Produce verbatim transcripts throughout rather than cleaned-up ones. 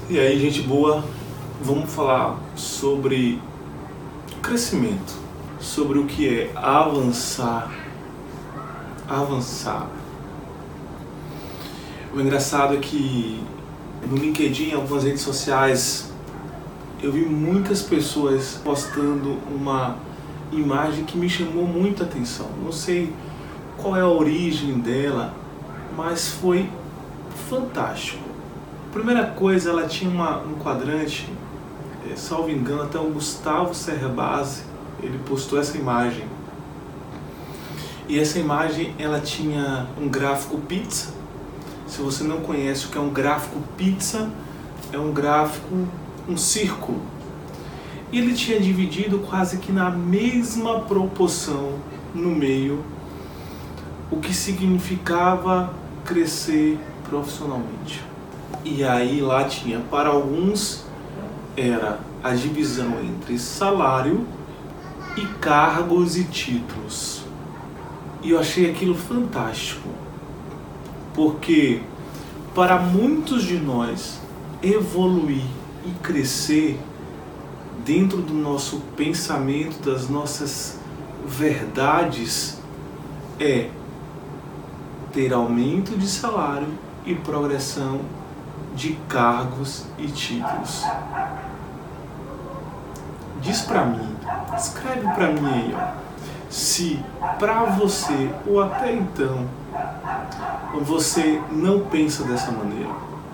E aí, gente boa, vamos falar sobre crescimento, sobre o que é avançar, avançar. O engraçado é que no LinkedIn, em algumas redes sociais, eu vi muitas pessoas postando uma imagem que me chamou muita atenção. Não sei qual é a origem dela, mas foi fantástico. Primeira coisa, ela tinha uma, um quadrante, é, salvo engano, até o Gustavo Cerbasi, ele postou essa imagem. E essa imagem, ela tinha um gráfico pizza. Se você não conhece o que é um gráfico pizza, é um gráfico, um círculo. E ele tinha dividido quase que na mesma proporção no meio, o que significava crescer profissionalmente. E aí lá tinha, para alguns, era a divisão entre salário e cargos e títulos. E eu achei aquilo fantástico, porque para muitos de nós evoluir e crescer dentro do nosso pensamento, das nossas verdades, é ter aumento de salário e progressão de cargos e títulos. Diz pra mim, escreve pra mim aí, ó, se pra você ou até então você não pensa dessa maneira.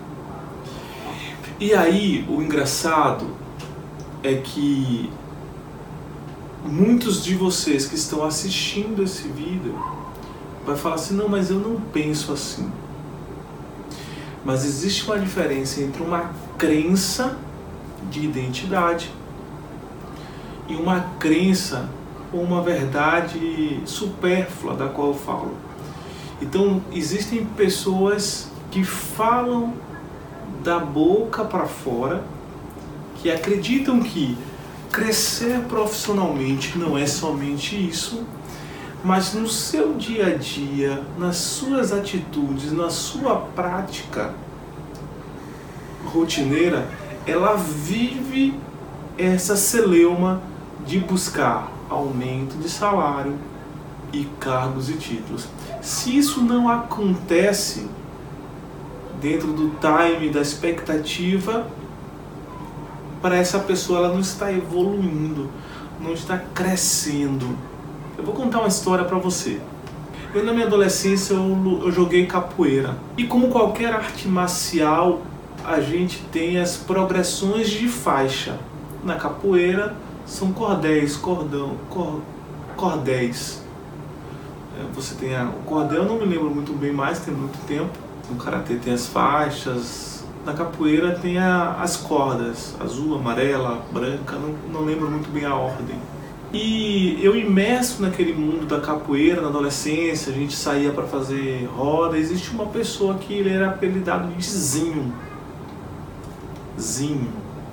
E aí, o engraçado é que muitos de vocês que estão assistindo esse vídeo vai falar assim, não, mas eu não penso assim. Mas existe uma diferença entre uma crença de identidade e uma crença ou uma verdade supérflua da qual eu falo. Então, existem pessoas que falam da boca para fora, que acreditam que crescer profissionalmente não é somente isso, mas no seu dia a dia, nas suas atitudes, na sua prática rotineira, ela vive essa celeuma de buscar aumento de salário e cargos e títulos. Se isso não acontece dentro do time, da expectativa, para essa pessoa ela não está evoluindo, não está crescendo. Eu vou contar uma história para você. Eu, na minha adolescência, eu, eu joguei capoeira. E como qualquer arte marcial, a gente tem as progressões de faixa. Na capoeira, são cordéis, cordão, cor, cordéis. Você tem a, o cordel, eu não me lembro muito bem mais, tem muito tempo. No karatê tem as faixas. Na capoeira tem a, as cordas, azul, amarela, branca, não, não lembro muito bem a ordem. E eu imerso naquele mundo da capoeira na adolescência, a gente saía para fazer roda. Existe uma pessoa que ele era apelidado de Zinho. Zinho.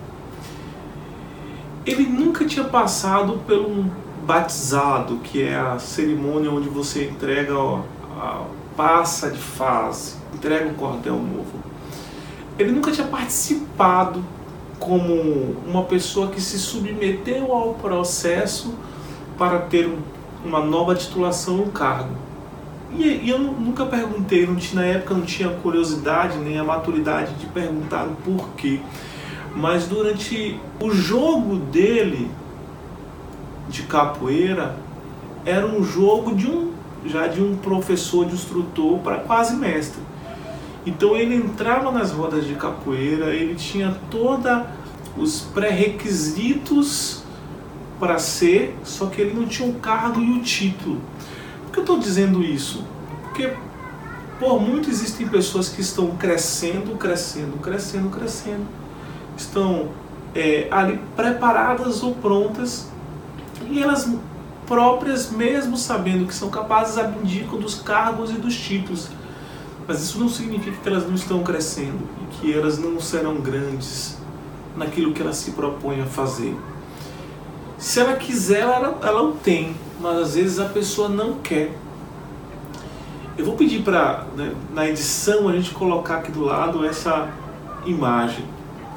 Ele nunca tinha passado pelo batizado, que é a cerimônia onde você entrega, ó, a, passa de fase, entrega um cordel novo. Ele nunca tinha participado como uma pessoa que se submeteu ao processo para ter um, uma nova titulação ou cargo. E, e eu nunca perguntei, não tinha, na época não tinha curiosidade nem a maturidade de perguntar o porquê. Mas durante o jogo dele de capoeira, era um jogo de um, já de um professor, de instrutor para quase mestre. Então ele entrava nas rodas de capoeira, ele tinha todos os pré-requisitos para ser, só que ele não tinha o cargo e o título. Por que eu estou dizendo isso? Porque por muito existem pessoas que estão crescendo, crescendo, crescendo, crescendo. Estão é, ali preparadas ou prontas, e elas próprias, mesmo sabendo que são capazes, abdicam dos cargos e dos títulos. Mas isso não significa que elas não estão crescendo e que elas não serão grandes naquilo que elas se propõem a fazer. Se ela quiser, ela, ela o tem, mas às vezes a pessoa não quer. Eu vou pedir para, né, na edição, a gente colocar aqui do lado essa imagem.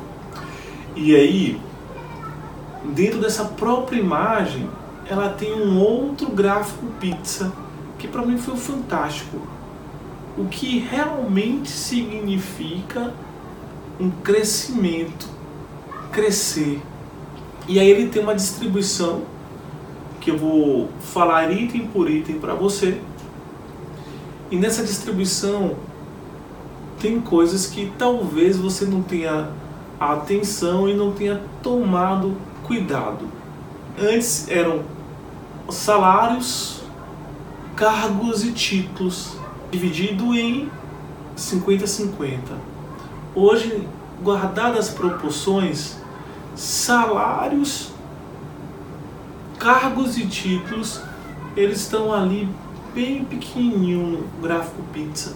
E aí, dentro dessa própria imagem, ela tem um outro gráfico pizza que para mim foi fantástico. O que realmente significa um crescimento, crescer. E aí ele tem uma distribuição que eu vou falar item por item para você. E nessa distribuição tem coisas que talvez você não tenha atenção e não tenha tomado cuidado. Antes eram salários, cargos e títulos, dividido em cinquenta a cinquenta. Hoje, guardadas as proporções, salários, cargos e títulos, eles estão ali bem pequenininho no gráfico pizza.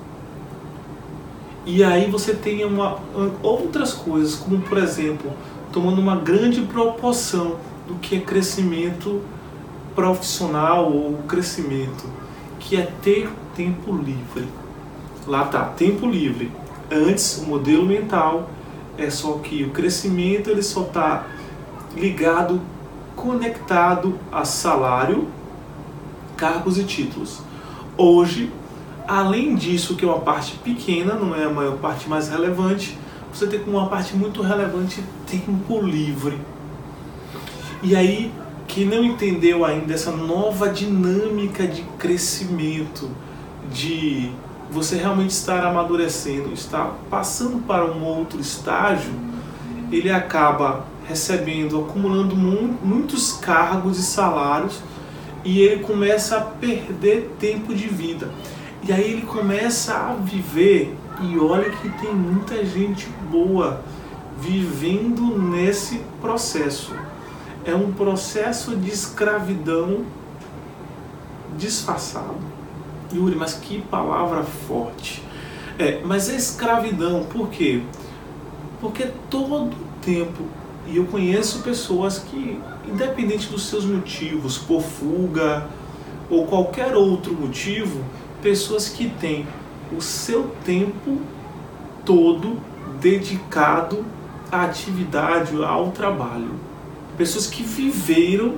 E aí você tem uma, outras coisas, como por exemplo, tomando uma grande proporção do que é crescimento profissional ou crescimento, que é ter tempo livre. Lá tá, tempo livre. Antes, o modelo mental é só que o crescimento ele só está ligado, conectado a salário, cargos e títulos. Hoje, além disso, que é uma parte pequena, não é a maior parte mais relevante, você tem como uma parte muito relevante tempo livre. E aí, quem não entendeu ainda essa nova dinâmica de crescimento, de você realmente estar amadurecendo, estar passando para um outro estágio, ele acaba recebendo, acumulando mu- muitos cargos e salários, e ele começa a perder tempo de vida. E aí ele começa a viver, e olha que tem muita gente boa vivendo nesse processo. É um processo de escravidão disfarçado. Yuri, mas que palavra forte. É, mas é escravidão, por quê? Porque todo tempo, e eu conheço pessoas que, independente dos seus motivos, por fuga ou qualquer outro motivo, pessoas que têm o seu tempo todo dedicado à atividade, ao trabalho. Pessoas que viveram,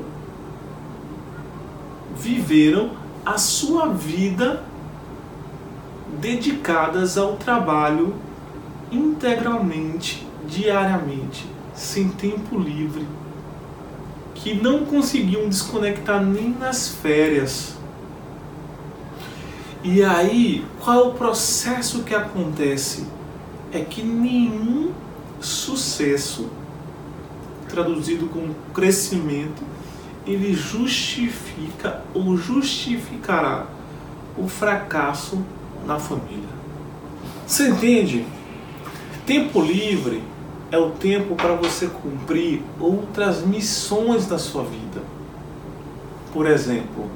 viveram a sua vida dedicadas ao trabalho integralmente, diariamente, sem tempo livre, que não conseguiam desconectar nem nas férias. E aí, qual é o processo que acontece? É que nenhum sucesso, traduzido como crescimento, ele justifica ou justificará o fracasso na família. Você entende? Tempo livre é o tempo para você cumprir outras missões da sua vida. Por exemplo,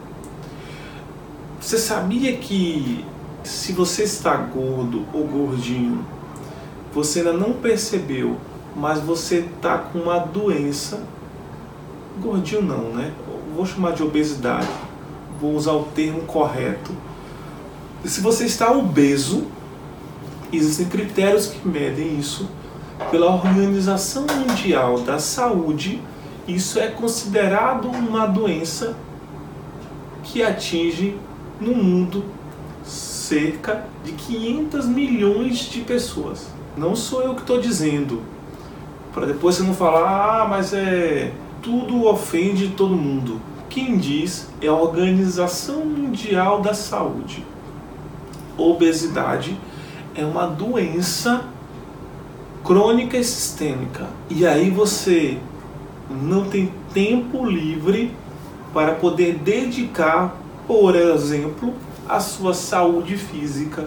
você sabia que se você está gordo ou gordinho, você ainda não percebeu, mas você está com uma doença, gordinho não, né? Vou chamar de obesidade, vou usar o termo correto. E se você está obeso, existem critérios que medem isso. Pela Organização Mundial da Saúde, isso é considerado uma doença que atinge no mundo cerca de quinhentos milhões de pessoas. Não sou eu que estou dizendo, para depois você não falar, ah, mas é tudo ofende todo mundo. Quem diz é a Organização Mundial da Saúde. Obesidade é uma doença crônica e sistêmica. E aí você não tem tempo livre para poder dedicar, por exemplo, a sua saúde física.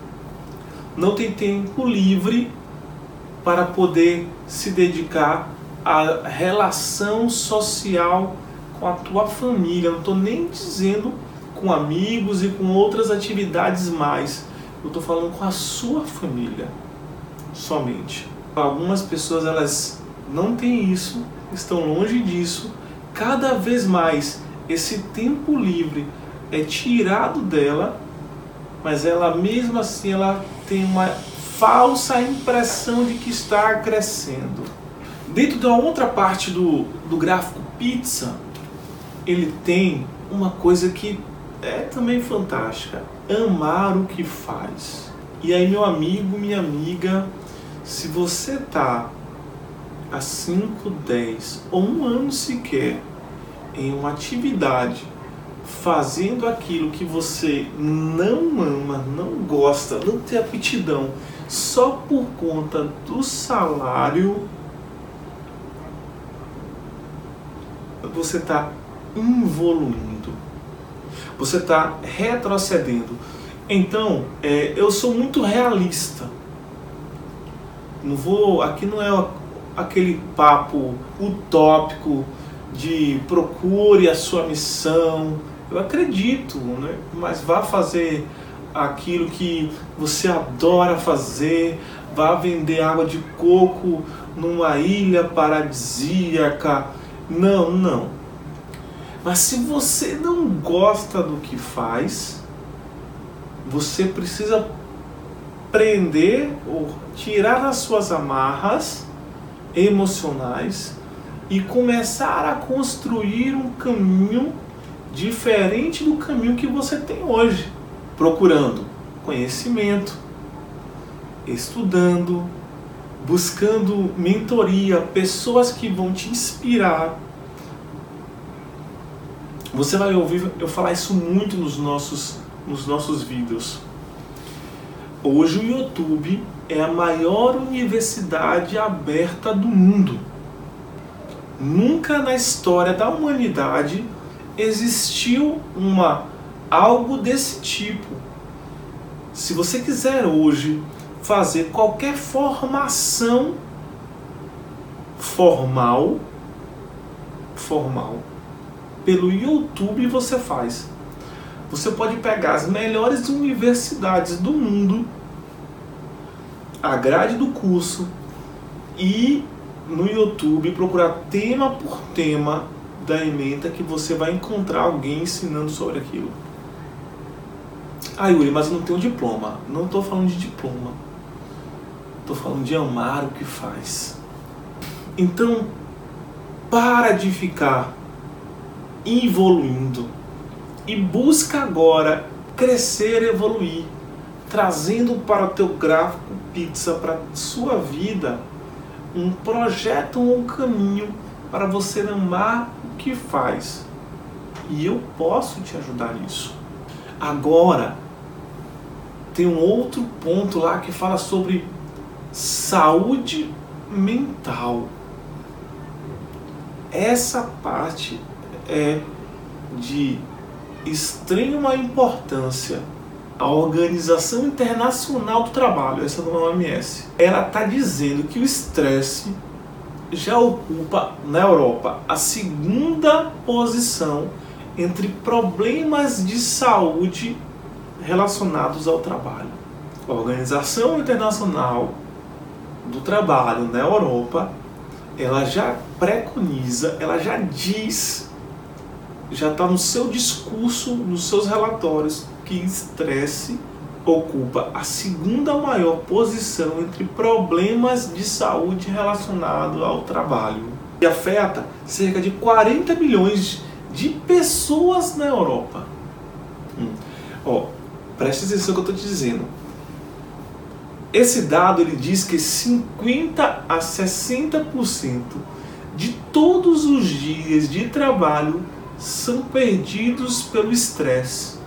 Não tem tempo livre para poder se dedicar à relação social com a tua família. Não estou nem dizendo com amigos e com outras atividades mais. Eu estou falando com a sua família somente. Algumas pessoas elas não têm isso, estão longe disso. Cada vez mais esse tempo livre é tirado dela, mas ela mesmo assim ela tem uma falsa impressão de que está crescendo. Dentro da outra parte do, do gráfico pizza, ele tem uma coisa que é também fantástica: amar o que faz. E aí, meu amigo, minha amiga, se você tá há cinco, dez ou um ano sequer em uma atividade fazendo aquilo que você não ama, não gosta, não tem aptidão, só por conta do salário, você está involuindo, você está retrocedendo. Então, é, eu sou muito realista. Não vou, aqui não é aquele papo utópico de procure a sua missão. Eu acredito, né? Mas vá fazer aquilo que você adora fazer, vá vender água de coco numa ilha paradisíaca. Não, não. Mas se você não gosta do que faz, você precisa prender ou tirar as suas amarras emocionais e começar a construir um caminho diferente do caminho que você tem hoje, procurando conhecimento, estudando, buscando mentoria, pessoas que vão te inspirar. Você vai ouvir eu falar isso muito nos nossos, nos nossos vídeos. Hoje o YouTube é a maior universidade aberta do mundo. Nunca na história da humanidade existiu uma, algo desse tipo. Se você quiser hoje fazer qualquer formação formal, formal, pelo YouTube você faz. Você pode pegar as melhores universidades do mundo, a grade do curso, e no YouTube procurar tema por tema da ementa que você vai encontrar alguém ensinando sobre aquilo. Ah, Yuri, mas eu não tenho diploma. Não estou falando de diploma. Estou falando de amar o que faz. Então, para de ficar evoluindo e busca agora crescer e evoluir, trazendo para o teu gráfico pizza, para a sua vida, um projeto ou um caminho para você amar o que faz. E eu posso te ajudar nisso. Agora, tem um outro ponto lá que fala sobre saúde mental. Essa parte é de extrema importância. A Organização Internacional do Trabalho, essa da O M S, ela está dizendo que o estresse já ocupa na Europa a segunda posição entre problemas de saúde relacionados ao trabalho. A Organização Internacional do Trabalho na Europa, ela já preconiza, ela já diz, já está no seu discurso, nos seus relatórios, que estresse ocupa a segunda maior posição entre problemas de saúde relacionados ao trabalho. E afeta cerca de quarenta milhões de pessoas na Europa. Hum. Ó, preste atenção no que eu estou te dizendo. Esse dado ele diz que cinquenta a sessenta por cento de todos os dias de trabalho são perdidos pelo estresse.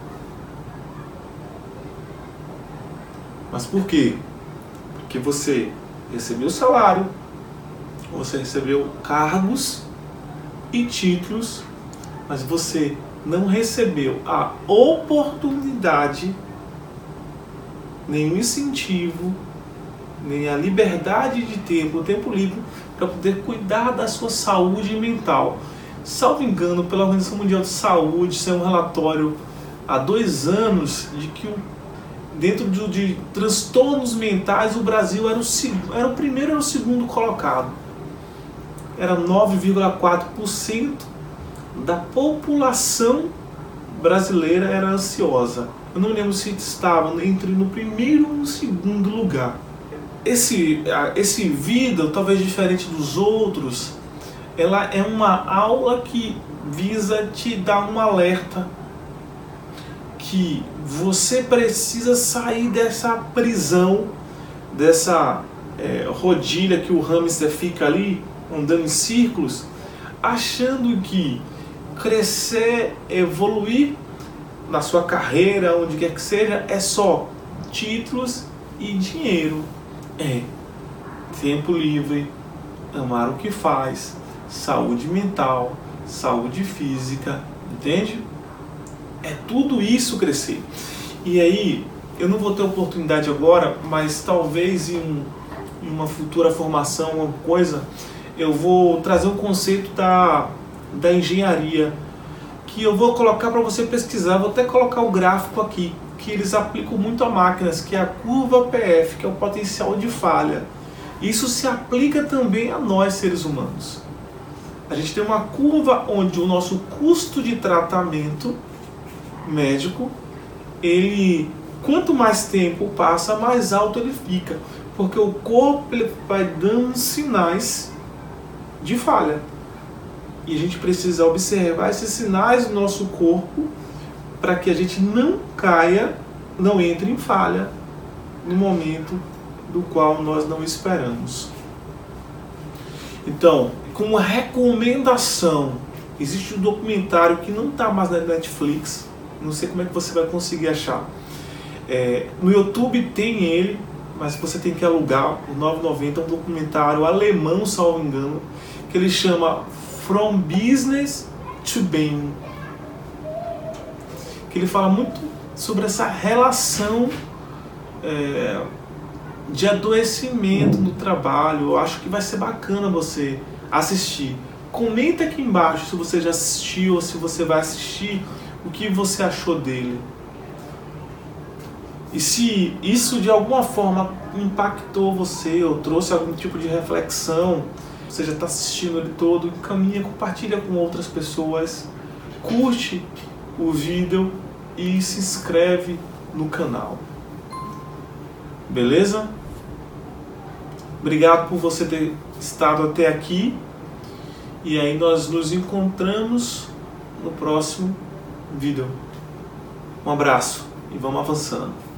Mas por quê? Porque você recebeu salário, você recebeu cargos e títulos, mas você não recebeu a oportunidade, nem o incentivo, nem a liberdade de tempo, o tempo livre, para poder cuidar da sua saúde mental. Salvo engano, pela Organização Mundial de Saúde, isso é um relatório há dois anos de que o dentro de, de transtornos mentais, o Brasil era o, era o primeiro e o segundo colocado. Era nove vírgula quatro por cento da população brasileira era ansiosa. Eu não lembro se estava entre no primeiro ou no segundo lugar. esse, esse vídeo, talvez diferente dos outros, ela é uma aula que visa te dar um alerta que você precisa sair dessa prisão, dessa é, rodilha que o hamster fica ali andando em círculos, achando que crescer, evoluir na sua carreira, onde quer que seja, é só títulos e dinheiro. É tempo livre, amar o que faz, saúde mental, saúde física, entende? É tudo isso crescer. E aí, eu não vou ter oportunidade agora, mas talvez em, um, em uma futura formação, alguma coisa, eu vou trazer um conceito da, da engenharia, que eu vou colocar para você pesquisar, vou até colocar o gráfico aqui, que eles aplicam muito a máquinas, que é a curva P F, que é o potencial de falha. Isso se aplica também a nós, seres humanos. A gente tem uma curva onde o nosso custo de tratamento médico, ele, quanto mais tempo passa, mais alto ele fica, porque o corpo ele vai dando sinais de falha. E a gente precisa observar esses sinais do nosso corpo para que a gente não caia, não entre em falha no momento do qual nós não esperamos. Então, como recomendação, existe um documentário que não está mais na Netflix, não sei como é que você vai conseguir achar. É, no YouTube tem ele, mas você tem que alugar por nove reais e noventa centavos, um documentário alemão, salvo engano, que ele chama From Business to Being, que ele fala muito sobre essa relação é, de adoecimento no trabalho. Eu acho que vai ser bacana você assistir. Comenta aqui embaixo se você já assistiu ou se você vai assistir, o que você achou dele. E se isso de alguma forma impactou você ou trouxe algum tipo de reflexão, você já está assistindo ele todo, encaminha, compartilha com outras pessoas, curte o vídeo e se inscreve no canal. Beleza? Obrigado por você ter estado até aqui. E aí nós nos encontramos no próximo vídeo. Um abraço e vamos avançando.